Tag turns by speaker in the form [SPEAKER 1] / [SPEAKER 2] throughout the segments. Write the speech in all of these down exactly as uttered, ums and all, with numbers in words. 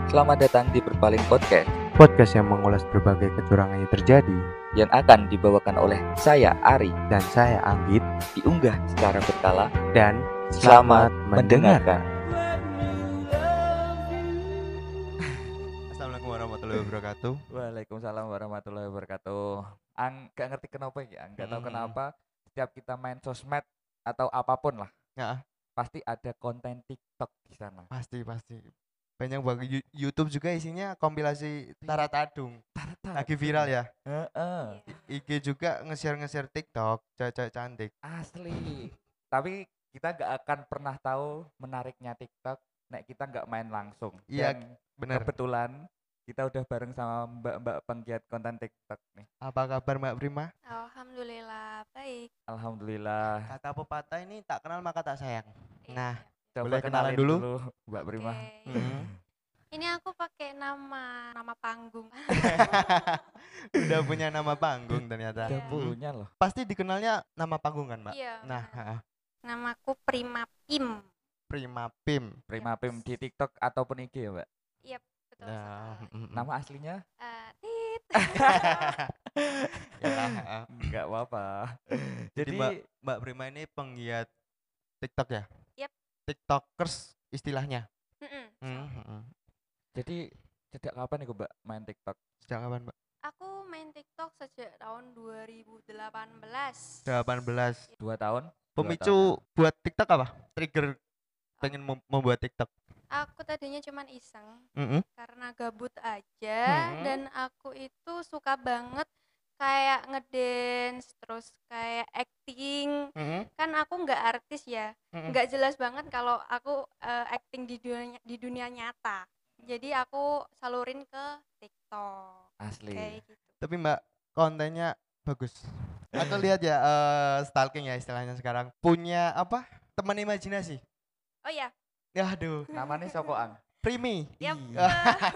[SPEAKER 1] Selamat datang di Berpaling Podcast
[SPEAKER 2] Podcast yang mengulas berbagai kecurangan yang terjadi
[SPEAKER 1] yang akan dibawakan oleh saya Ari,
[SPEAKER 2] dan saya Anggit,
[SPEAKER 1] diunggah secara berkala.
[SPEAKER 2] dan
[SPEAKER 1] Selamat mendengarkan.
[SPEAKER 2] Assalamualaikum warahmatullahi wabarakatuh.
[SPEAKER 1] Waalaikumsalam warahmatullahi wabarakatuh. Ang gak ngerti kenapa ya, nggak tahu
[SPEAKER 2] Mm-mm.
[SPEAKER 1] kenapa setiap kita main sosmed atau apapun lah,
[SPEAKER 2] Ya,
[SPEAKER 1] pasti ada konten TikTok di sana.
[SPEAKER 2] pasti pasti. Banyak banget Yu- YouTube juga isinya kompilasi Tara Tadung. Lagi viral ya.
[SPEAKER 1] Heeh,
[SPEAKER 2] I G juga nge-share-nge-share TikTok cewek-cewek cantik.
[SPEAKER 1] asli. Tapi kita gak akan pernah tahu menariknya TikTok nek kita nggak main langsung.
[SPEAKER 2] Iya,
[SPEAKER 1] Dan
[SPEAKER 2] bener.
[SPEAKER 1] kebetulan kita udah bareng sama mbak-mbak penggiat konten TikTok nih.
[SPEAKER 2] Apa kabar Mbak Prima?
[SPEAKER 3] Alhamdulillah baik.
[SPEAKER 1] Alhamdulillah.
[SPEAKER 2] Kata pepatah ini tak kenal maka tak sayang. Nah,
[SPEAKER 1] Coba
[SPEAKER 2] boleh kenalan
[SPEAKER 1] kenalin
[SPEAKER 2] dulu?
[SPEAKER 1] Mbak Prima.
[SPEAKER 3] Oke.
[SPEAKER 2] Mm.
[SPEAKER 3] Ini aku pakai nama nama panggung.
[SPEAKER 2] Udah punya nama panggung ternyata.
[SPEAKER 1] Udah
[SPEAKER 3] Iya.
[SPEAKER 1] punya loh.
[SPEAKER 2] Pasti dikenalnya nama panggung kan, Mbak?
[SPEAKER 3] Iya.
[SPEAKER 2] Nah,
[SPEAKER 3] benar.
[SPEAKER 2] ha,
[SPEAKER 3] Namaku Prima Pim.
[SPEAKER 2] Prima Pim.
[SPEAKER 1] Prima
[SPEAKER 3] Yaps.
[SPEAKER 1] Pim di TikTok ataupun I G ya, Mbak?
[SPEAKER 3] Iya betul.
[SPEAKER 2] Nah,
[SPEAKER 3] sekali.
[SPEAKER 2] mm, mm.
[SPEAKER 1] Nama aslinya?
[SPEAKER 3] Eh, tit.
[SPEAKER 2] Ya, ha.
[SPEAKER 1] Enggak apa-apa.
[SPEAKER 2] Jadi
[SPEAKER 1] Jadi
[SPEAKER 2] Mbak Mbak Prima ini penggiat TikTok ya?
[SPEAKER 3] Yep.
[SPEAKER 2] TikTokers istilahnya.
[SPEAKER 3] Mm-mm.
[SPEAKER 2] Hmm, mm.
[SPEAKER 1] jadi sejak kapan nih Mbak main TikTok?
[SPEAKER 2] Sejak kapan, Mbak?
[SPEAKER 3] Aku main TikTok sejak tahun dua ribu delapan belas.
[SPEAKER 2] delapan belas.
[SPEAKER 1] Dua tahun?
[SPEAKER 2] Pemicu buat TikTok apa? Trigger pengen mem- membuat TikTok.
[SPEAKER 3] Aku tadinya cuman iseng
[SPEAKER 2] Mm-mm.
[SPEAKER 3] karena gabut aja
[SPEAKER 2] Hmm.
[SPEAKER 3] dan aku itu suka banget kayak ngedance terus kayak acting.
[SPEAKER 2] Mm-mm.
[SPEAKER 3] Kan aku nggak artis ya,
[SPEAKER 2] Mm-mm.
[SPEAKER 3] nggak jelas banget kalau aku eh, acting di dunia di dunia nyata. Jadi aku salurin ke TikTok
[SPEAKER 1] Asli.
[SPEAKER 3] kayak gitu.
[SPEAKER 2] Tapi Mbak kontennya bagus. Aku lihat ya eh, stalking ya istilahnya sekarang. Punya apa? Teman imajinasi.
[SPEAKER 3] Oh ya,
[SPEAKER 2] Ya aduh,
[SPEAKER 1] Namanya Sokoang.
[SPEAKER 2] Primi.
[SPEAKER 3] Yap.
[SPEAKER 1] Iya.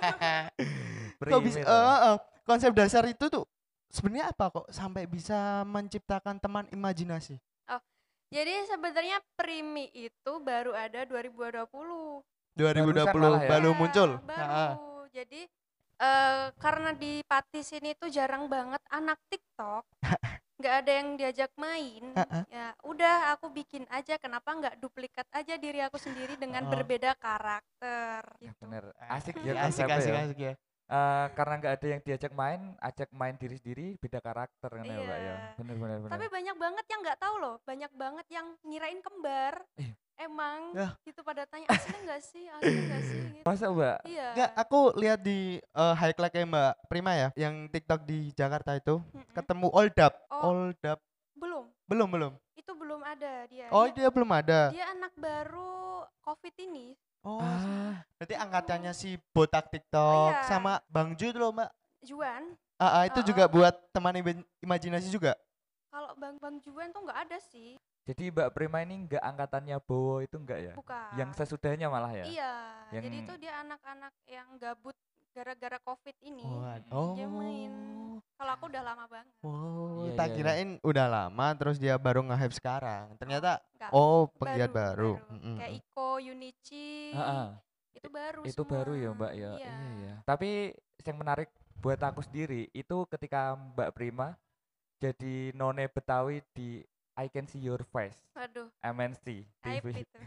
[SPEAKER 2] Kok bisa
[SPEAKER 1] Primi
[SPEAKER 2] eh,
[SPEAKER 1] loh.
[SPEAKER 2] eh, konsep dasar itu tuh sebenarnya apa kok sampai bisa menciptakan teman imajinasi?
[SPEAKER 3] jadi sebenarnya Primi itu baru ada dua ribu dua puluh.
[SPEAKER 2] dua ribu dua
[SPEAKER 1] Barusan
[SPEAKER 2] puluh
[SPEAKER 1] malah ya?
[SPEAKER 2] baru
[SPEAKER 3] Iya,
[SPEAKER 2] muncul.
[SPEAKER 3] Baru.
[SPEAKER 2] Ha-ha.
[SPEAKER 3] Jadi eh, karena di Pati sini tuh jarang banget anak TikTok, nggak ada yang diajak main.
[SPEAKER 2] Ha-ha.
[SPEAKER 3] Ya udah aku bikin aja. Kenapa nggak duplikat aja diri aku sendiri dengan
[SPEAKER 2] Oh.
[SPEAKER 3] berbeda karakter?
[SPEAKER 1] Ya
[SPEAKER 3] Gitu.
[SPEAKER 1] bener. Asik ya
[SPEAKER 2] Asik
[SPEAKER 1] konsepnya
[SPEAKER 2] asik
[SPEAKER 1] ya.
[SPEAKER 2] asik ya.
[SPEAKER 1] Eh, karena nggak ada yang diajak main, ajak main diri sendiri, beda karakter kan ya Mbak ya.
[SPEAKER 3] Iya.
[SPEAKER 1] Bener bener bener.
[SPEAKER 3] Tapi banyak banget yang nggak tahu loh. Banyak banget yang ngirain kembar.
[SPEAKER 1] Ih.
[SPEAKER 3] Emang
[SPEAKER 2] Yah.
[SPEAKER 3] gitu pada tanya asli nggak sih, asli nggak sih? Gitu.
[SPEAKER 1] Masa Mbak?
[SPEAKER 3] Iya.
[SPEAKER 2] Enggak, aku lihat di uh, highlight kayak Mbak Prima ya, yang TikTok di Jakarta itu
[SPEAKER 3] Mm-mm.
[SPEAKER 2] ketemu Oldap.
[SPEAKER 3] Oh.
[SPEAKER 2] Oldap
[SPEAKER 3] Belum.
[SPEAKER 2] belum belum.
[SPEAKER 3] Itu belum ada dia.
[SPEAKER 2] Oh,
[SPEAKER 3] dia,
[SPEAKER 2] dia belum ada.
[SPEAKER 3] dia anak baru COVID ini.
[SPEAKER 2] Oh,
[SPEAKER 1] Ah,
[SPEAKER 2] berarti angkatannya si botak TikTok
[SPEAKER 3] Iya.
[SPEAKER 2] sama Bang Ju itu loh, Mbak.
[SPEAKER 3] Juan.
[SPEAKER 2] Ah, ah, itu
[SPEAKER 3] Uh-uh.
[SPEAKER 2] juga buat teman im- imajinasi juga.
[SPEAKER 3] Kalau Bang Bang Juan tuh nggak ada sih.
[SPEAKER 1] jadi Mbak Prima ini nggak angkatannya Bowo itu enggak ya?
[SPEAKER 3] Bukan.
[SPEAKER 1] Yang sesudahnya malah ya?
[SPEAKER 3] Iya.
[SPEAKER 1] Yang-
[SPEAKER 3] Jadi itu dia anak-anak yang gabut gara-gara COVID ini.
[SPEAKER 2] Oh.
[SPEAKER 3] Dia main. Kalau aku udah lama banget.
[SPEAKER 2] Oh,
[SPEAKER 1] Iya,
[SPEAKER 2] tak
[SPEAKER 1] iya, iya.
[SPEAKER 2] kirain udah lama terus dia baru nge-hype sekarang. Ternyata
[SPEAKER 3] Nggak,
[SPEAKER 2] oh, penggiat baru.
[SPEAKER 3] baru.
[SPEAKER 2] Mm-mm.
[SPEAKER 3] Kayak Iko, Yunichi.
[SPEAKER 1] Heeh.
[SPEAKER 3] Itu baru
[SPEAKER 1] Itu
[SPEAKER 3] semua.
[SPEAKER 1] baru ya Mbak ya.
[SPEAKER 3] Iya.
[SPEAKER 1] Iya ya. Tapi yang menarik buat aku sendiri itu ketika Mbak Prima jadi none Betawi di I Can See Your Face
[SPEAKER 3] Waduh,
[SPEAKER 1] M N C
[SPEAKER 3] aib
[SPEAKER 1] T V.
[SPEAKER 3] itu.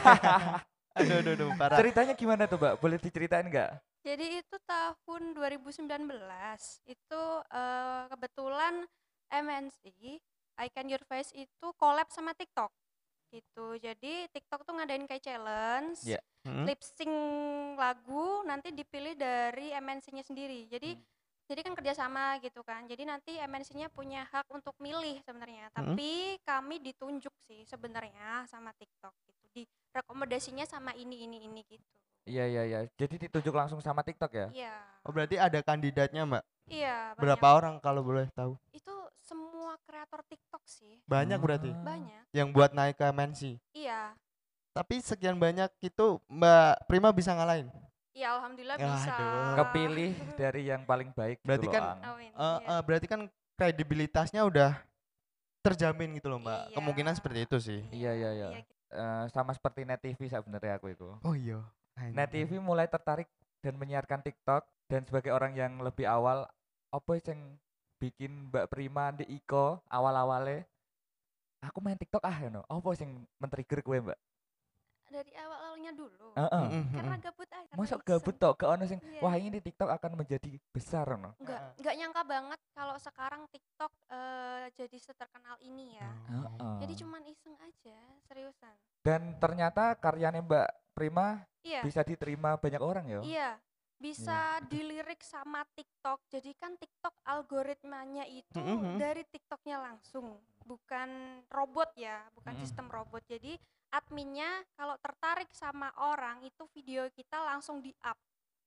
[SPEAKER 2] Aduh, aduh, aduh, parah.
[SPEAKER 1] Ceritanya gimana tuh Mbak? Boleh diceritain nggak?
[SPEAKER 3] Jadi itu tahun dua ribu sembilan belas itu eh, kebetulan M N C I Can Your Face itu collab sama TikTok gitu. Jadi TikTok tuh ngadain kayak challenge,
[SPEAKER 1] Iya.
[SPEAKER 2] Mm-mm.
[SPEAKER 3] lip sync lagu nanti dipilih dari M N C-nya sendiri. Jadi
[SPEAKER 1] Hmm.
[SPEAKER 3] jadi kan kerjasama gitu kan. Jadi nanti M N C-nya punya hak untuk milih sebenarnya.
[SPEAKER 2] Mm-mm.
[SPEAKER 3] Tapi kami ditunjuk sih sebenarnya sama TikTok gitu. Di rekomendasinya sama ini ini ini gitu.
[SPEAKER 1] Iya iya iya. Jadi ditunjuk langsung sama TikTok ya?
[SPEAKER 3] Iya.
[SPEAKER 2] Oh, berarti ada kandidatnya, Mbak.
[SPEAKER 3] Iya, banyak.
[SPEAKER 2] Berapa orang kalau boleh tahu?
[SPEAKER 3] Itu semua kreator TikTok sih.
[SPEAKER 2] Banyak berarti
[SPEAKER 1] Ah.
[SPEAKER 3] Banyak.
[SPEAKER 2] yang buat naik ke M N C.
[SPEAKER 3] Iya.
[SPEAKER 2] Tapi sekian banyak itu Mbak Prima bisa ngalahin.
[SPEAKER 3] Iya, alhamdulillah
[SPEAKER 2] Ya,
[SPEAKER 3] bisa.
[SPEAKER 2] aduh.
[SPEAKER 1] Kepilih dari yang paling baik gitu
[SPEAKER 2] Berarti
[SPEAKER 1] loh,
[SPEAKER 2] kan,
[SPEAKER 1] Ang.
[SPEAKER 3] Amin.
[SPEAKER 2] Eh,
[SPEAKER 3] Iya.
[SPEAKER 2] eh, berarti kan kredibilitasnya udah terjamin gitu loh, Mbak.
[SPEAKER 3] Iya.
[SPEAKER 2] Kemungkinan seperti itu sih.
[SPEAKER 1] Iya, iya, iya.
[SPEAKER 3] gitu.
[SPEAKER 1] Eh, sama seperti Net T V sebenarnya aku itu.
[SPEAKER 2] Oh iya.
[SPEAKER 1] Net T V mulai tertarik dan menyiarkan TikTok, dan sebagai orang yang lebih awal, apa yang bikin Mbak Prima di Iko awal-awalnya aku main TikTok ah no. Apa yang men-trigger kowe, Mbak?
[SPEAKER 3] Dari awal-awalnya dulu.
[SPEAKER 1] Heeh.
[SPEAKER 2] Mm-mm,
[SPEAKER 3] Karena
[SPEAKER 2] mm-mm.
[SPEAKER 3] gabut aja, karena
[SPEAKER 1] Mosok
[SPEAKER 3] iseng.
[SPEAKER 1] gabut tok gak ono sing
[SPEAKER 3] Iya.
[SPEAKER 1] wah ini di TikTok akan menjadi besar no.
[SPEAKER 3] Enggak,
[SPEAKER 2] Heeh.
[SPEAKER 3] enggak nyangka banget kalau sekarang TikTok eh, jadi seterkenal ini ya.
[SPEAKER 2] Oh.
[SPEAKER 1] Heeh.
[SPEAKER 3] Jadi cuman iseng aja, seriusan.
[SPEAKER 1] Dan ternyata karyanya Mbak Prima
[SPEAKER 3] Iya,
[SPEAKER 1] bisa diterima banyak orang ya.
[SPEAKER 3] iya. Bisa dilirik sama TikTok. Jadi kan TikTok algoritmanya itu
[SPEAKER 2] Mhm.
[SPEAKER 3] dari TikToknya langsung, bukan robot ya, bukan
[SPEAKER 1] Mm-mm.
[SPEAKER 3] sistem robot. Jadi adminnya kalau tertarik sama orang itu video kita langsung di-up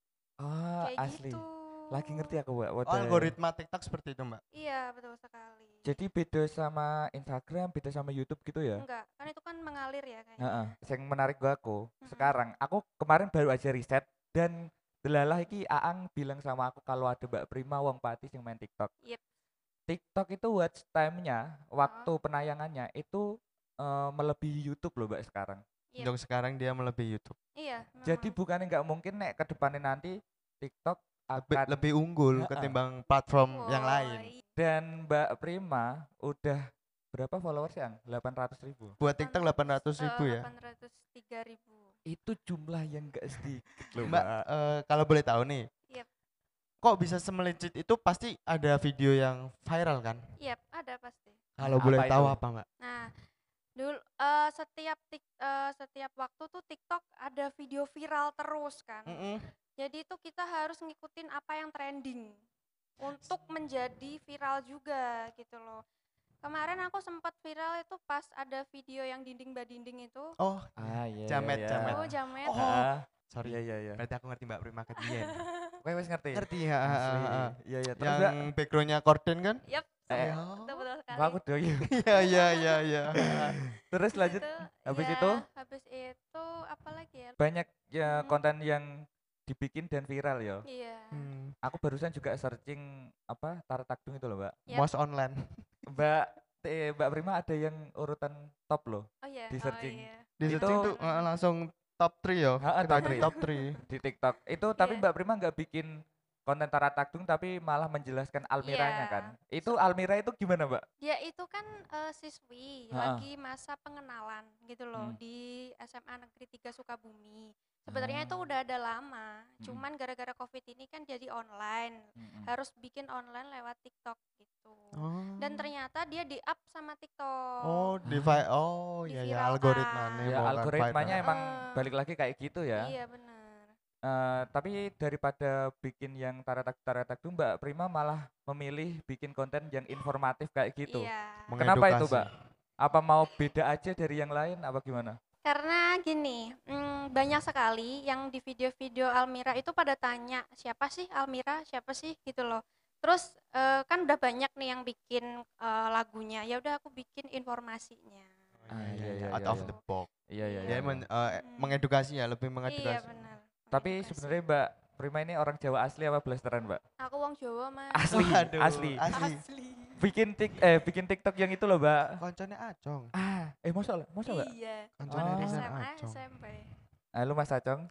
[SPEAKER 1] Oh,
[SPEAKER 3] kayak
[SPEAKER 1] asli.
[SPEAKER 3] gitu.
[SPEAKER 1] Lagi ngerti aku, Mbak.
[SPEAKER 2] Oh,
[SPEAKER 1] Wadah.
[SPEAKER 2] algoritma TikTok seperti itu, Mbak.
[SPEAKER 3] Iya, betul sekali.
[SPEAKER 1] Jadi beda sama Instagram, beda sama YouTube gitu ya.
[SPEAKER 3] Enggak, kan itu kan mengalir ya kayaknya.
[SPEAKER 1] Heeh. Yang menarik gua aku
[SPEAKER 3] Mm-mm.
[SPEAKER 1] sekarang, aku kemarin baru aja riset dan delalah iki Aang bilang sama aku kalau ada Mbak Prima wong pati yang main TikTok.
[SPEAKER 3] Yep.
[SPEAKER 1] TikTok itu watch time-nya, waktu penayangannya itu eh, melebihi YouTube loh Mbak sekarang.
[SPEAKER 3] Yep.
[SPEAKER 2] Untuk sekarang dia melebihi YouTube.
[SPEAKER 3] Iya,
[SPEAKER 1] Jadi
[SPEAKER 3] memang.
[SPEAKER 1] bukannya nggak mungkin nek ke depannya nanti TikTok
[SPEAKER 2] Lebih,
[SPEAKER 1] akan
[SPEAKER 2] lebih unggul
[SPEAKER 1] Heeh.
[SPEAKER 2] ketimbang platform yang
[SPEAKER 3] Wah,
[SPEAKER 2] lain.
[SPEAKER 3] iya.
[SPEAKER 1] dan Mbak Prima udah berapa followers yang? delapan ratus ribu.
[SPEAKER 2] Buat TikTok delapan ratus ribu
[SPEAKER 3] Eh,
[SPEAKER 2] ya.
[SPEAKER 3] delapan ratus tiga ribu.
[SPEAKER 1] Itu jumlah yang gak sedikit loh
[SPEAKER 2] Mbak,
[SPEAKER 1] Mbak.
[SPEAKER 2] eh, kalau boleh tahu nih,
[SPEAKER 3] Yep.
[SPEAKER 2] kok bisa semelejit itu pasti ada video yang viral kan?
[SPEAKER 3] Yep, ada pasti.
[SPEAKER 2] Kalau
[SPEAKER 1] Apa
[SPEAKER 2] boleh
[SPEAKER 1] itu?
[SPEAKER 2] tahu apa Mbak?
[SPEAKER 3] Nah, dulu eh, setiap tik, eh, setiap waktu tuh TikTok ada video viral terus kan.
[SPEAKER 2] Mm-mm.
[SPEAKER 3] Jadi itu kita harus ngikutin apa yang trending untuk menjadi viral juga gitu loh. Kemarin aku sempat viral itu pas ada video yang dinding badinding itu.
[SPEAKER 2] Oh,
[SPEAKER 1] Ah iya.
[SPEAKER 2] Jamet,
[SPEAKER 1] iya,
[SPEAKER 2] jamet.
[SPEAKER 3] Oh, jamet.
[SPEAKER 2] Oh.
[SPEAKER 1] Ah,
[SPEAKER 2] sorry.
[SPEAKER 1] iya iya iya.
[SPEAKER 2] Berarti aku ngerti Mbak Prima Kedian.
[SPEAKER 1] Kowe wis ngerti?
[SPEAKER 2] Ngerti ya?
[SPEAKER 1] Asli. Iya iya. Terus
[SPEAKER 2] Yang
[SPEAKER 1] Mbak,
[SPEAKER 2] backgroundnya Korden kan?
[SPEAKER 3] Yep,
[SPEAKER 1] Eh,
[SPEAKER 2] Ya.
[SPEAKER 3] betul betul sekali.
[SPEAKER 1] Mbak, aku doyong.
[SPEAKER 2] Iya iya iya iya.
[SPEAKER 1] Terus
[SPEAKER 3] Habis
[SPEAKER 1] lanjut.
[SPEAKER 3] itu,
[SPEAKER 1] habis
[SPEAKER 3] ya,
[SPEAKER 1] itu?
[SPEAKER 3] habis itu apa lagi ya?
[SPEAKER 1] Banyak ya
[SPEAKER 3] Hmm.
[SPEAKER 1] konten yang dibikin dan viral ya.
[SPEAKER 3] Iya.
[SPEAKER 2] Hmm.
[SPEAKER 1] Aku barusan juga searching apa Tara Takdung itu loh Mbak.
[SPEAKER 3] Yep.
[SPEAKER 2] Most online.
[SPEAKER 1] Mbak eh, Mbak Prima ada yang urutan top loh
[SPEAKER 3] Oh iya.
[SPEAKER 1] di
[SPEAKER 3] oh
[SPEAKER 1] searching.
[SPEAKER 3] iya.
[SPEAKER 2] Di
[SPEAKER 1] Itu-
[SPEAKER 2] searching tuh eh, langsung top tiga ya.
[SPEAKER 1] Ha, top three.
[SPEAKER 2] Top tiga.
[SPEAKER 1] di TikTok. Itu tapi
[SPEAKER 3] Iya.
[SPEAKER 1] Mbak Prima nggak bikin konten Tara Takdung tapi malah menjelaskan Almiranya
[SPEAKER 3] Iya.
[SPEAKER 1] kan. Itu Almira itu gimana Mbak?
[SPEAKER 3] Dia itu kan eh, siswi
[SPEAKER 1] Ha-ha.
[SPEAKER 3] lagi masa pengenalan gitu loh
[SPEAKER 1] Hmm.
[SPEAKER 3] di S M A Negeri tiga Sukabumi. Sebenarnya itu
[SPEAKER 1] Ah.
[SPEAKER 3] udah ada lama,
[SPEAKER 1] Mm-mm.
[SPEAKER 3] cuman gara-gara Covid ini kan jadi online.
[SPEAKER 1] Mm-mm.
[SPEAKER 3] Harus bikin online lewat TikTok gitu.
[SPEAKER 2] Oh.
[SPEAKER 3] Dan ternyata dia di-up sama TikTok.
[SPEAKER 2] Oh, di vi- oh iya ya
[SPEAKER 3] Diviralkan.
[SPEAKER 2] algoritmanya.
[SPEAKER 1] Ya
[SPEAKER 2] bukan
[SPEAKER 1] algoritmanya
[SPEAKER 2] viral.
[SPEAKER 1] emang
[SPEAKER 3] Heeh.
[SPEAKER 1] balik lagi kayak gitu ya.
[SPEAKER 3] Iya benar.
[SPEAKER 1] Eh, tapi daripada bikin yang Tara Tak Tara Takdung Mbak Prima malah memilih bikin konten yang informatif kayak gitu.
[SPEAKER 3] Iya.
[SPEAKER 1] Kenapa itu,
[SPEAKER 2] Mengedukasi.
[SPEAKER 1] Mbak? Apa mau beda aja dari yang lain apa gimana?
[SPEAKER 3] Karena gini, mm, banyak sekali yang di video-video Almira itu pada tanya siapa sih Almira, siapa sih gitu loh. Terus eh, kan udah banyak nih yang bikin eh, lagunya, ya udah aku bikin informasinya.
[SPEAKER 1] Ah,
[SPEAKER 2] Iya,
[SPEAKER 1] iya,
[SPEAKER 2] iya,
[SPEAKER 1] iya,
[SPEAKER 2] out
[SPEAKER 1] iya,
[SPEAKER 2] of
[SPEAKER 1] iya.
[SPEAKER 2] the box.
[SPEAKER 1] Iya iya
[SPEAKER 2] Dia
[SPEAKER 1] iya.
[SPEAKER 2] men- eh,
[SPEAKER 3] Hmm.
[SPEAKER 2] mengedukasi ya, lebih
[SPEAKER 3] Iya
[SPEAKER 2] mengedukasi.
[SPEAKER 3] benar.
[SPEAKER 1] Tapi
[SPEAKER 3] mengedukasi.
[SPEAKER 1] sebenarnya Mbak Prima ini orang Jawa asli apa blasteran, Mbak?
[SPEAKER 3] Aku wong Jawa mas.
[SPEAKER 1] Asli,
[SPEAKER 2] Waduh,
[SPEAKER 1] asli.
[SPEAKER 2] asli.
[SPEAKER 1] Bikin tik eh bikin TikTok yang itu loh, Mbak.
[SPEAKER 2] Koncone Acong.
[SPEAKER 1] Ah, eh masa masa Mbak?
[SPEAKER 3] Iya.
[SPEAKER 2] Koncone
[SPEAKER 1] Oh.
[SPEAKER 2] Rizal
[SPEAKER 3] S M A,
[SPEAKER 2] Acong.
[SPEAKER 3] S M P.
[SPEAKER 1] Halo Mas Acong.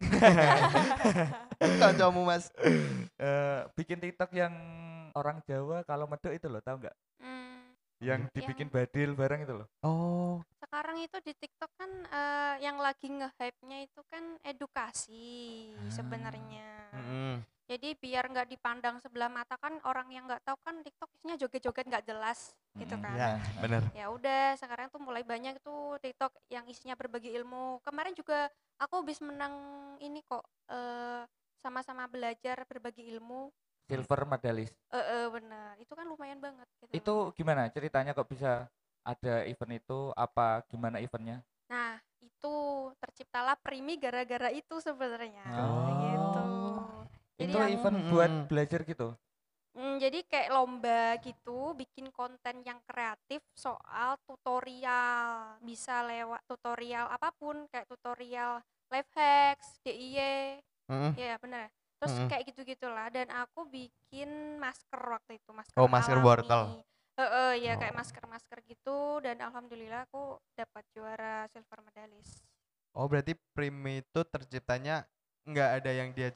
[SPEAKER 2] Kancamu Mas.
[SPEAKER 1] Eh, bikin TikTok yang orang Jawa kalau medok itu loh, tahu nggak?
[SPEAKER 3] Hmm,
[SPEAKER 1] Yang dibikin badil bareng itu loh.
[SPEAKER 2] Oh,
[SPEAKER 3] sekarang itu di TikTok kan eh, yang lagi nge-hype-nya itu kan edukasi
[SPEAKER 1] Ah.
[SPEAKER 3] sebenarnya.
[SPEAKER 2] mm-mm.
[SPEAKER 3] Jadi biar nggak dipandang sebelah mata kan orang yang nggak tahu kan TikTok isinya joget-joget nggak jelas gitu
[SPEAKER 1] Mm-mm.
[SPEAKER 3] kan.
[SPEAKER 2] Ya, bener.
[SPEAKER 3] Ya udah sekarang tuh mulai banyak tuh TikTok yang isinya berbagi ilmu. Kemarin juga aku habis menang ini kok eh, sama-sama belajar berbagi ilmu.
[SPEAKER 1] Silver medalist.
[SPEAKER 3] Eh eh, benar. Itu kan lumayan banget gitu.
[SPEAKER 1] Itu gimana ceritanya kok bisa ada event itu? Apa gimana eventnya?
[SPEAKER 3] Nah, itu terciptalah Primi gara-gara itu sebenarnya.
[SPEAKER 1] Oh.
[SPEAKER 3] Gitu. Jadi
[SPEAKER 1] Itu
[SPEAKER 3] yang-
[SPEAKER 1] event
[SPEAKER 2] Mm-mm.
[SPEAKER 1] buat belajar gitu.
[SPEAKER 3] Hmm, jadi kayak lomba gitu, bikin konten yang kreatif soal tutorial. Bisa lewat tutorial apapun, kayak tutorial life hacks, D I Y,
[SPEAKER 2] Mm-mm.
[SPEAKER 3] ya bener. Terus
[SPEAKER 2] Mm-mm.
[SPEAKER 3] kayak gitu-gitulah. Dan aku bikin masker waktu itu, masker
[SPEAKER 2] Oh, masker
[SPEAKER 3] alami.
[SPEAKER 2] wortel.
[SPEAKER 3] Heeh, ya kayak
[SPEAKER 2] Oh.
[SPEAKER 3] masker-masker gitu. Dan alhamdulillah aku dapat juara silver medalist.
[SPEAKER 2] Oh, berarti Primi itu terciptanya nggak ada yang diajak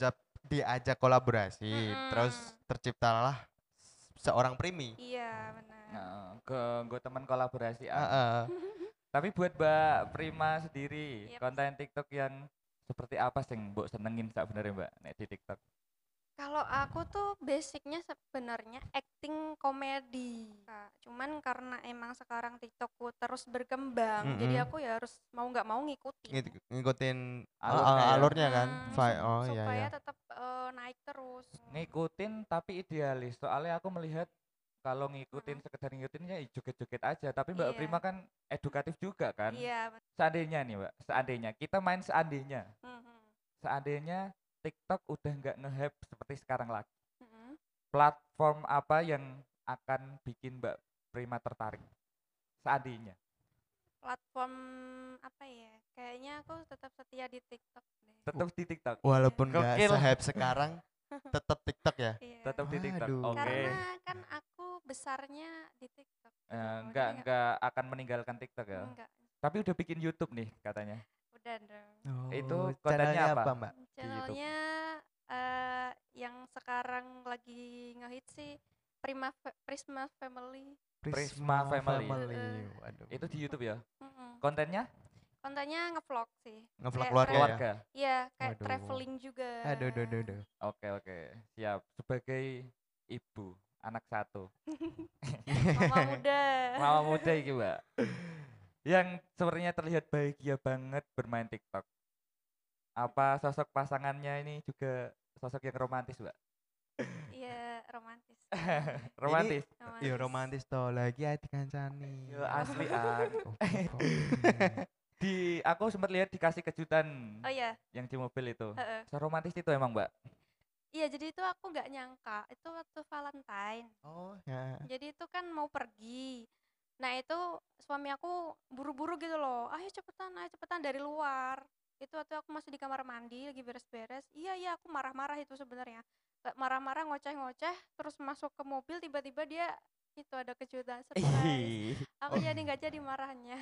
[SPEAKER 2] diajak kolaborasi, terus
[SPEAKER 3] Mm-mm.
[SPEAKER 2] terciptalah seorang Primi.
[SPEAKER 3] Iya, benar.
[SPEAKER 1] Nah, ke gue teman kolaborasi an.
[SPEAKER 2] Heeh.
[SPEAKER 1] Tapi buat Mbak Prima sendiri,
[SPEAKER 3] Yep.
[SPEAKER 1] konten TikTok yang seperti apa sih Mbok senengin sebenarnya Mbak nek di TikTok?
[SPEAKER 3] Kalau aku tuh basicnya sebenarnya acting komedi, Kak. Cuman karena emang sekarang TikTokku terus berkembang, jadi
[SPEAKER 2] Mm-mm.
[SPEAKER 3] aku ya harus mau nggak mau ngikutin.
[SPEAKER 2] Ngik- ngikutin
[SPEAKER 1] Alurnya
[SPEAKER 2] uh,
[SPEAKER 1] ya?
[SPEAKER 2] alurnya kan.
[SPEAKER 3] Mm,
[SPEAKER 2] Fi-
[SPEAKER 3] sup-
[SPEAKER 2] oh iya
[SPEAKER 3] supaya
[SPEAKER 2] iya.
[SPEAKER 3] tetap eh, naik terus.
[SPEAKER 1] Ngikutin tapi idealis. Soalnya aku melihat kalau ngikutin
[SPEAKER 3] Mm-mm.
[SPEAKER 1] sekedar ngikutin ya joget-joget aja, tapi Mbak
[SPEAKER 3] Iya.
[SPEAKER 1] Prima kan edukatif juga kan?
[SPEAKER 3] Iya, ben-
[SPEAKER 1] Seandainya nih Mbak, seandainya kita main seandainya.
[SPEAKER 3] Mhm.
[SPEAKER 1] Seandainya TikTok udah nggak nge-hype seperti sekarang lagi.
[SPEAKER 3] Mhm.
[SPEAKER 1] Platform apa yang akan bikin Mbak Prima tertarik? Seandainya.
[SPEAKER 3] Platform apa ya? Kayaknya aku tetap setia di TikTok deh.
[SPEAKER 1] Tetap di TikTok.
[SPEAKER 2] Walaupun nggak
[SPEAKER 1] Gokil.
[SPEAKER 2] se-hype sekarang, tetap TikTok ya.
[SPEAKER 3] Iya.
[SPEAKER 1] Tetap di TikTok.
[SPEAKER 2] Waduh.
[SPEAKER 1] Oke.
[SPEAKER 3] Karena kan aku besarnya di TikTok.
[SPEAKER 1] Eh,
[SPEAKER 3] gitu.
[SPEAKER 1] nggak
[SPEAKER 3] Jadi
[SPEAKER 1] nggak akan meninggalkan TikTok ya.
[SPEAKER 3] enggak.
[SPEAKER 1] Tapi udah bikin YouTube nih katanya.
[SPEAKER 3] Udah dong.
[SPEAKER 1] Itu
[SPEAKER 2] Oh,
[SPEAKER 1] kontennya
[SPEAKER 2] channelnya
[SPEAKER 1] apa?
[SPEAKER 2] Mbak?
[SPEAKER 3] Channelnya eh yang sekarang lagi ngehit sih Prima Fa- Prisma Family.
[SPEAKER 1] Prisma Family.
[SPEAKER 3] Eh.
[SPEAKER 2] Waduh.
[SPEAKER 1] Itu di YouTube ya.
[SPEAKER 3] Mm-mm.
[SPEAKER 1] Kontennya
[SPEAKER 3] Kontennya ngevlog sih.
[SPEAKER 2] Ngevlog
[SPEAKER 3] Kayak
[SPEAKER 2] keluarga
[SPEAKER 3] tra-
[SPEAKER 2] ya?
[SPEAKER 1] keluarga.
[SPEAKER 3] Iya, kayak
[SPEAKER 2] Waduh.
[SPEAKER 3] traveling juga.
[SPEAKER 2] Aduh, aduh, aduh, aduh.
[SPEAKER 1] Oke oke. Siap. Sebagai ibu anak satu.
[SPEAKER 3] Mama muda.
[SPEAKER 1] Mama muda iki, Mbak. Yang sepertinya terlihat bahagia banget bermain TikTok. Apa sosok pasangannya ini juga sosok yang romantis, Mbak?
[SPEAKER 3] Iya, romantis.
[SPEAKER 1] Romantis.
[SPEAKER 2] Iya romantis toh lagi hati kancani.
[SPEAKER 1] Yo asli ang.
[SPEAKER 2] Oh,
[SPEAKER 1] Di aku sempat lihat dikasih kejutan
[SPEAKER 3] Oh iya,
[SPEAKER 1] yang di mobil itu.
[SPEAKER 3] heeh.
[SPEAKER 1] Seromantis itu emang, Mbak.
[SPEAKER 3] Iya, jadi itu aku nggak nyangka. Itu waktu Valentine.
[SPEAKER 2] Oh ya.
[SPEAKER 3] Jadi itu kan mau pergi. Nah, itu suami aku buru-buru gitu loh. Ayo cepetan, ayo cepetan dari luar. Itu waktu aku masih di kamar mandi lagi beres-beres. Iya, iya, aku marah-marah itu sebenarnya. Kayak marah-marah ngoceh-ngoceh terus masuk ke mobil tiba-tiba dia itu ada kejutan surprise. Aku jadi nggak jadi marahnya.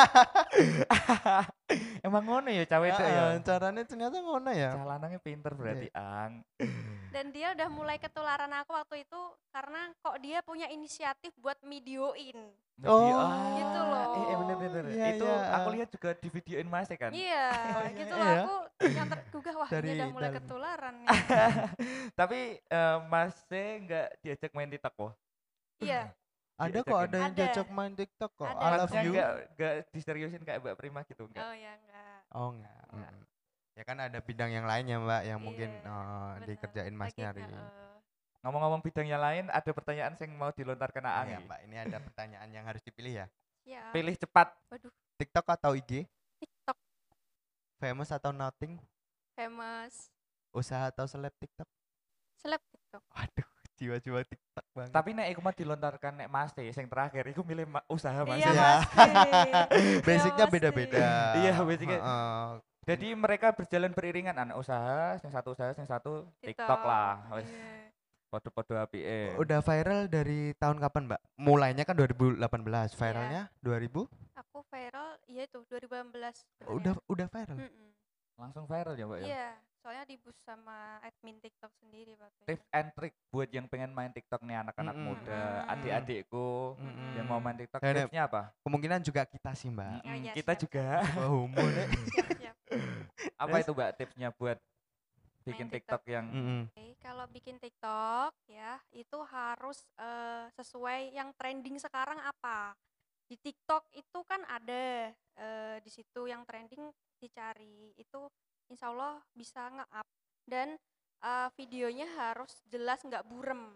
[SPEAKER 1] Emang ngono ya cawe itu ya.
[SPEAKER 2] Heeh, caranya ternyata ngono ya.
[SPEAKER 1] Calanannya pinter berarti ang.
[SPEAKER 3] Dan dia udah mulai ketularan aku waktu itu karena kok dia punya inisiatif buat videoin.
[SPEAKER 2] Oh,
[SPEAKER 3] gitu loh.
[SPEAKER 1] Eh, eh bener bener.
[SPEAKER 2] Iya,
[SPEAKER 1] itu
[SPEAKER 2] iya.
[SPEAKER 1] aku lihat juga di videoin Mas ya kan.
[SPEAKER 3] Iya,
[SPEAKER 2] iya,
[SPEAKER 3] gitu
[SPEAKER 2] iya
[SPEAKER 3] loh
[SPEAKER 2] ya.
[SPEAKER 3] aku yang tergugah wah
[SPEAKER 2] Dari
[SPEAKER 3] ini udah mulai
[SPEAKER 2] dalam.
[SPEAKER 3] ketularan nih.
[SPEAKER 1] Tapi eh, Masnya nggak diajak main TikTok wah.
[SPEAKER 3] Iya,
[SPEAKER 2] Ada kok
[SPEAKER 1] Diajakin.
[SPEAKER 2] ada yang
[SPEAKER 3] Ada.
[SPEAKER 2] diajak main TikTok kok.
[SPEAKER 3] Ada.
[SPEAKER 2] I love
[SPEAKER 1] Maksudnya
[SPEAKER 2] you.
[SPEAKER 1] nggak nggak diseriusin kayak Mbak Prima gitu enggak.
[SPEAKER 3] oh ya enggak.
[SPEAKER 2] Oh enggak.
[SPEAKER 3] Enggak.
[SPEAKER 2] Mm. Ya kan ada bidang yang lain ya Mbak yang mungkin
[SPEAKER 3] Iya,
[SPEAKER 2] eh,
[SPEAKER 3] bener.
[SPEAKER 2] dikerjain Mas
[SPEAKER 3] Lagi,
[SPEAKER 2] nyari.
[SPEAKER 3] heeh.
[SPEAKER 1] Ngomong-ngomong bidangnya lain, ada pertanyaan yang mau dilontarkan
[SPEAKER 2] Oh
[SPEAKER 1] Aang.
[SPEAKER 2] ya
[SPEAKER 1] iki.
[SPEAKER 2] Mbak, ini ada pertanyaan yang harus dipilih ya.
[SPEAKER 3] Ya.
[SPEAKER 1] Pilih cepat.
[SPEAKER 3] Waduh,
[SPEAKER 2] TikTok atau I G?
[SPEAKER 3] TikTok
[SPEAKER 2] Famous atau nothing?
[SPEAKER 3] famous.
[SPEAKER 2] Usaha atau seleb TikTok?
[SPEAKER 3] Seleb TikTok.
[SPEAKER 2] Waduh, jiwa-jiwa TikTok banget.
[SPEAKER 1] Tapi nek iku mah dilontarkan nek Mas teh sing terakhir iku milih ma- usaha Mas.
[SPEAKER 3] Iya,
[SPEAKER 2] ya.
[SPEAKER 3] pasti.
[SPEAKER 2] Basicnya
[SPEAKER 3] Iya,
[SPEAKER 2] beda-beda.
[SPEAKER 1] Iya, basicnya.
[SPEAKER 2] Heeh.
[SPEAKER 1] Jadi mereka berjalan beriringan anak usaha, yang satu usaha, yang satu TikTok lah. Wes
[SPEAKER 3] Iya.
[SPEAKER 1] podo-podo apike.
[SPEAKER 2] Udah viral dari tahun kapan Mbak? Mulainya kan dua ribu delapan belas, viralnya dua ribu?
[SPEAKER 3] Aku viral, iya itu dua ribu delapan belas.
[SPEAKER 2] Udah udah viral.
[SPEAKER 3] Mm-mm.
[SPEAKER 1] Langsung viral ya, Mbak ya.
[SPEAKER 3] Iya, soalnya dibus sama admin TikTok sendiri waktu itu.
[SPEAKER 1] Tips and trick buat yang pengen main TikTok nih anak-anak
[SPEAKER 2] Mm-mm.
[SPEAKER 1] muda,
[SPEAKER 3] Mm-mm.
[SPEAKER 1] adik-adikku
[SPEAKER 2] Mm-mm.
[SPEAKER 1] yang mau main TikTok,
[SPEAKER 2] Ya, Nek.
[SPEAKER 1] tipsnya apa?
[SPEAKER 2] Kemungkinan juga kita sih Mbak.
[SPEAKER 3] Oh
[SPEAKER 1] Mm,
[SPEAKER 3] iya,
[SPEAKER 1] kita
[SPEAKER 3] siap,
[SPEAKER 1] juga.
[SPEAKER 2] Wah, humor deh.
[SPEAKER 3] Siap, siap.
[SPEAKER 1] Apa
[SPEAKER 2] Terus?
[SPEAKER 1] itu Mbak tipsnya buat bikin
[SPEAKER 3] Main
[SPEAKER 1] TikTok,
[SPEAKER 3] TikTok.
[SPEAKER 1] yang
[SPEAKER 2] Mm-mm.
[SPEAKER 3] Oke, kalau bikin TikTok ya itu harus eh, sesuai yang trending sekarang apa. Di TikTok itu kan ada eh, di situ yang trending dicari itu insya Allah bisa nge-up dan eh, videonya harus jelas nggak burem.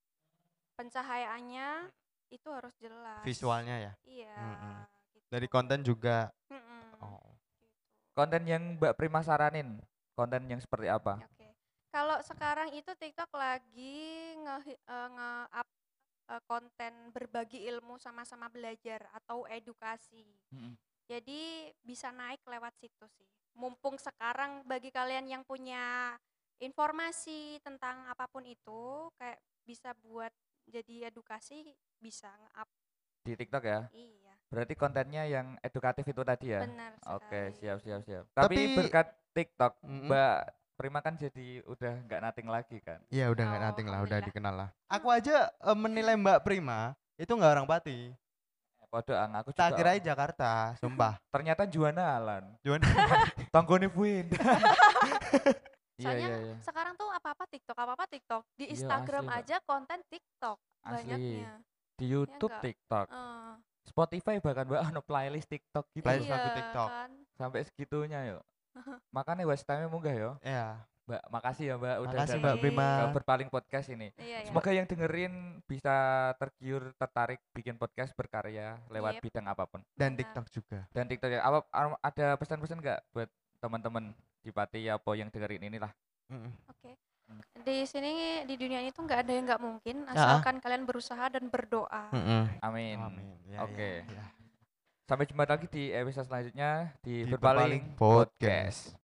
[SPEAKER 3] Pencahayaannya itu harus jelas.
[SPEAKER 2] Visualnya ya.
[SPEAKER 3] Iya.
[SPEAKER 2] Mm-mm.
[SPEAKER 3] gitu.
[SPEAKER 2] Dari konten juga.
[SPEAKER 3] Mm-mm,
[SPEAKER 2] Oh.
[SPEAKER 3] gitu.
[SPEAKER 1] konten yang Mbak Prima saranin, konten yang seperti apa?
[SPEAKER 3] Oke. Kalau sekarang itu TikTok lagi nge eh, nge-up eh, konten berbagi ilmu sama-sama belajar atau edukasi.
[SPEAKER 1] Mm-mm.
[SPEAKER 3] Jadi bisa naik lewat situ sih. Mumpung sekarang bagi kalian yang punya informasi tentang apapun itu kayak bisa buat jadi edukasi bisa nge-up.
[SPEAKER 1] Di TikTok ya.
[SPEAKER 3] Iya,
[SPEAKER 1] Berarti kontennya yang edukatif itu tadi ya.
[SPEAKER 3] benar
[SPEAKER 1] Oke,
[SPEAKER 3] sekali.
[SPEAKER 1] siap siap siap. Tapi,
[SPEAKER 2] Tapi-
[SPEAKER 1] berkat TikTok,
[SPEAKER 2] Mm-mm.
[SPEAKER 1] Mbak Prima kan jadi udah nggak nothing lagi kan.
[SPEAKER 2] Iya udah nggak
[SPEAKER 3] Oh,
[SPEAKER 2] nothing lah, udah
[SPEAKER 3] alhamdulillah.
[SPEAKER 2] dikenal lah. Aku aja eh, menilai Mbak Prima itu nggak orang Pati.
[SPEAKER 1] Podo ang aku
[SPEAKER 2] Tak
[SPEAKER 1] juga.
[SPEAKER 2] kirain Jakarta, sumpah.
[SPEAKER 1] Ternyata Juana Alan.
[SPEAKER 2] Cuman
[SPEAKER 1] Tanggone Buin. Iya
[SPEAKER 3] Soalnya
[SPEAKER 1] iya iya.
[SPEAKER 3] sekarang tuh apa-apa TikTok, apa-apa TikTok. Di
[SPEAKER 1] Iya,
[SPEAKER 3] Instagram
[SPEAKER 1] asli, Mbak.
[SPEAKER 3] aja konten TikTok
[SPEAKER 1] Asli.
[SPEAKER 3] banyaknya.
[SPEAKER 1] Di YouTube
[SPEAKER 3] enggak?
[SPEAKER 1] TikTok.
[SPEAKER 3] Eh,
[SPEAKER 1] Spotify bahkan Mbak ono playlist TikTok gitu.
[SPEAKER 2] Playlist
[SPEAKER 3] iya
[SPEAKER 2] lagu TikTok.
[SPEAKER 3] kan.
[SPEAKER 1] Sampai segitunya yo. Makanya watch time munggah yo.
[SPEAKER 2] ya.
[SPEAKER 1] Mbak, makasih ya Mbak udah
[SPEAKER 2] Makasih
[SPEAKER 1] datang
[SPEAKER 2] Mbak
[SPEAKER 3] Oke.
[SPEAKER 2] Prima.
[SPEAKER 1] ke Berpaling Podcast ini.
[SPEAKER 3] Iya, iya.
[SPEAKER 1] Semoga yang dengerin bisa tergiur, tertarik bikin podcast berkarya lewat
[SPEAKER 3] Yep.
[SPEAKER 1] bidang apapun.
[SPEAKER 2] Dan
[SPEAKER 3] Benar.
[SPEAKER 2] TikTok juga.
[SPEAKER 1] Dan TikTok ya. Apa am- ada pesan-pesan nggak buat teman-teman di Pati apa yang dengerin inilah?
[SPEAKER 2] Mm-mm.
[SPEAKER 3] Oke. Di sini di dunia ini tuh nggak ada yang nggak mungkin
[SPEAKER 2] Ah, ah.
[SPEAKER 3] asalkan kalian berusaha dan berdoa.
[SPEAKER 2] Mm-mm.
[SPEAKER 1] Amin.
[SPEAKER 2] Amin. Ya,
[SPEAKER 1] Oke.
[SPEAKER 2] ya, ya.
[SPEAKER 1] Sampai jumpa lagi di episode selanjutnya di,
[SPEAKER 2] Di
[SPEAKER 1] Berpaling
[SPEAKER 2] Berpaling Podcast.
[SPEAKER 1] Podcast.